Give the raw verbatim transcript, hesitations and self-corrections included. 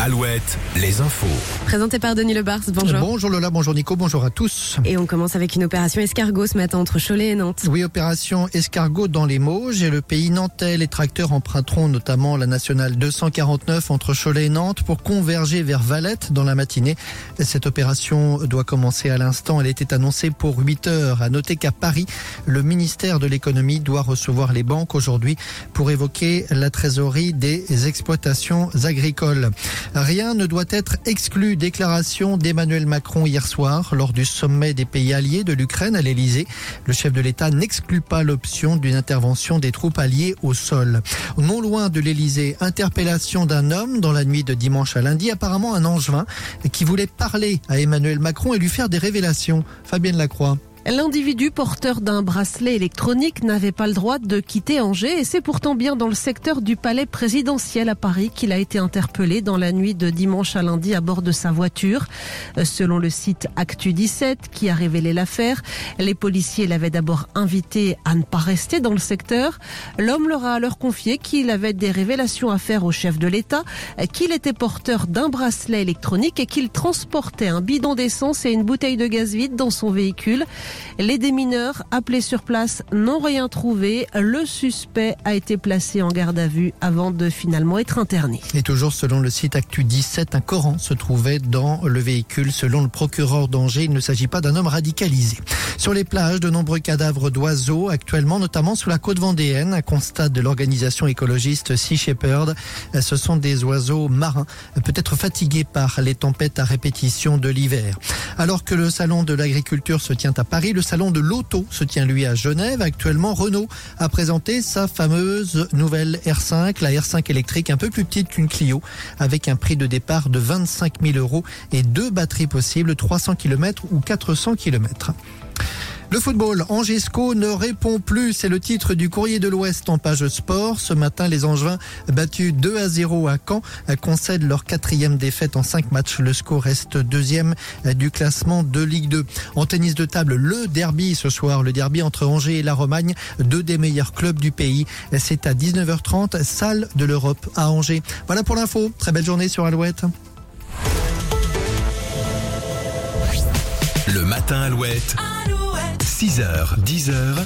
Alouette, les infos. Présenté par Denis Lebars, bonjour. Bonjour Lola, bonjour Nico, bonjour à tous. Et on commence avec une opération escargot ce matin entre Cholet et Nantes. Oui, opération escargot dans les Mauges et le pays nantais. Les tracteurs emprunteront notamment la nationale deux cent quarante-neuf entre Cholet et Nantes pour converger vers Valette dans la matinée. Cette opération doit commencer à l'instant. Elle était annoncée pour huit heures. À noter qu'à Paris, le ministère de l'économie doit recevoir les banques aujourd'hui pour évoquer la trésorerie des exploitations agricoles. Rien ne doit être exclu. Déclaration d'Emmanuel Macron hier soir lors du sommet des pays alliés de l'Ukraine à l'Elysée. Le chef de l'État n'exclut pas l'option d'une intervention des troupes alliées au sol. Non loin de l'Elysée, interpellation d'un homme dans la nuit de dimanche à lundi, apparemment un Angevin qui voulait parler à Emmanuel Macron et lui faire des révélations. Fabienne Lacroix. L'individu porteur d'un bracelet électronique n'avait pas le droit de quitter Angers et c'est pourtant bien dans le secteur du palais présidentiel à Paris qu'il a été interpellé dans la nuit de dimanche à lundi à bord de sa voiture. Selon le site Actu dix-sept qui a révélé l'affaire, les policiers l'avaient d'abord invité à ne pas rester dans le secteur. L'homme leur a alors confié qu'il avait des révélations à faire au chef de l'État, qu'il était porteur d'un bracelet électronique et qu'il transportait un bidon d'essence et une bouteille de gaz vide dans son véhicule. Les démineurs appelés sur place n'ont rien trouvé. Le suspect a été placé en garde à vue avant de finalement être interné. Et toujours selon le site Actu dix-sept, un Coran se trouvait dans le véhicule. Selon le procureur d'Angers, il ne s'agit pas d'un homme radicalisé. Sur les plages, de nombreux cadavres d'oiseaux actuellement, notamment sous la côte vendéenne, un constat de l'organisation écologiste Sea Shepherd. Ce sont des oiseaux marins, peut-être fatigués par les tempêtes à répétition de l'hiver. Alors que le salon de l'agriculture se tient à Paris, le salon de l'auto se tient lui à Genève. Actuellement, Renault a présenté sa fameuse nouvelle R cinq, la R cinq électrique un peu plus petite qu'une Clio, avec un prix de départ de vingt-cinq mille euros et deux batteries possibles, trois cents kilomètres ou quatre cents kilomètres. Le football, Angesco ne répond plus, c'est le titre du Courrier de l'Ouest en page sport. Ce matin, les Angevins, battus deux à zéro à Caen, concèdent leur quatrième défaite en cinq matchs. Le score reste deuxième du classement de Ligue deux. En tennis de table, le derby ce soir, le derby entre Angers et la Romagne, deux des meilleurs clubs du pays. C'est à dix-neuf heures trente, salle de l'Europe à Angers. Voilà pour l'info, très belle journée sur Alouette. Le matin Alouette. six heures, dix heures.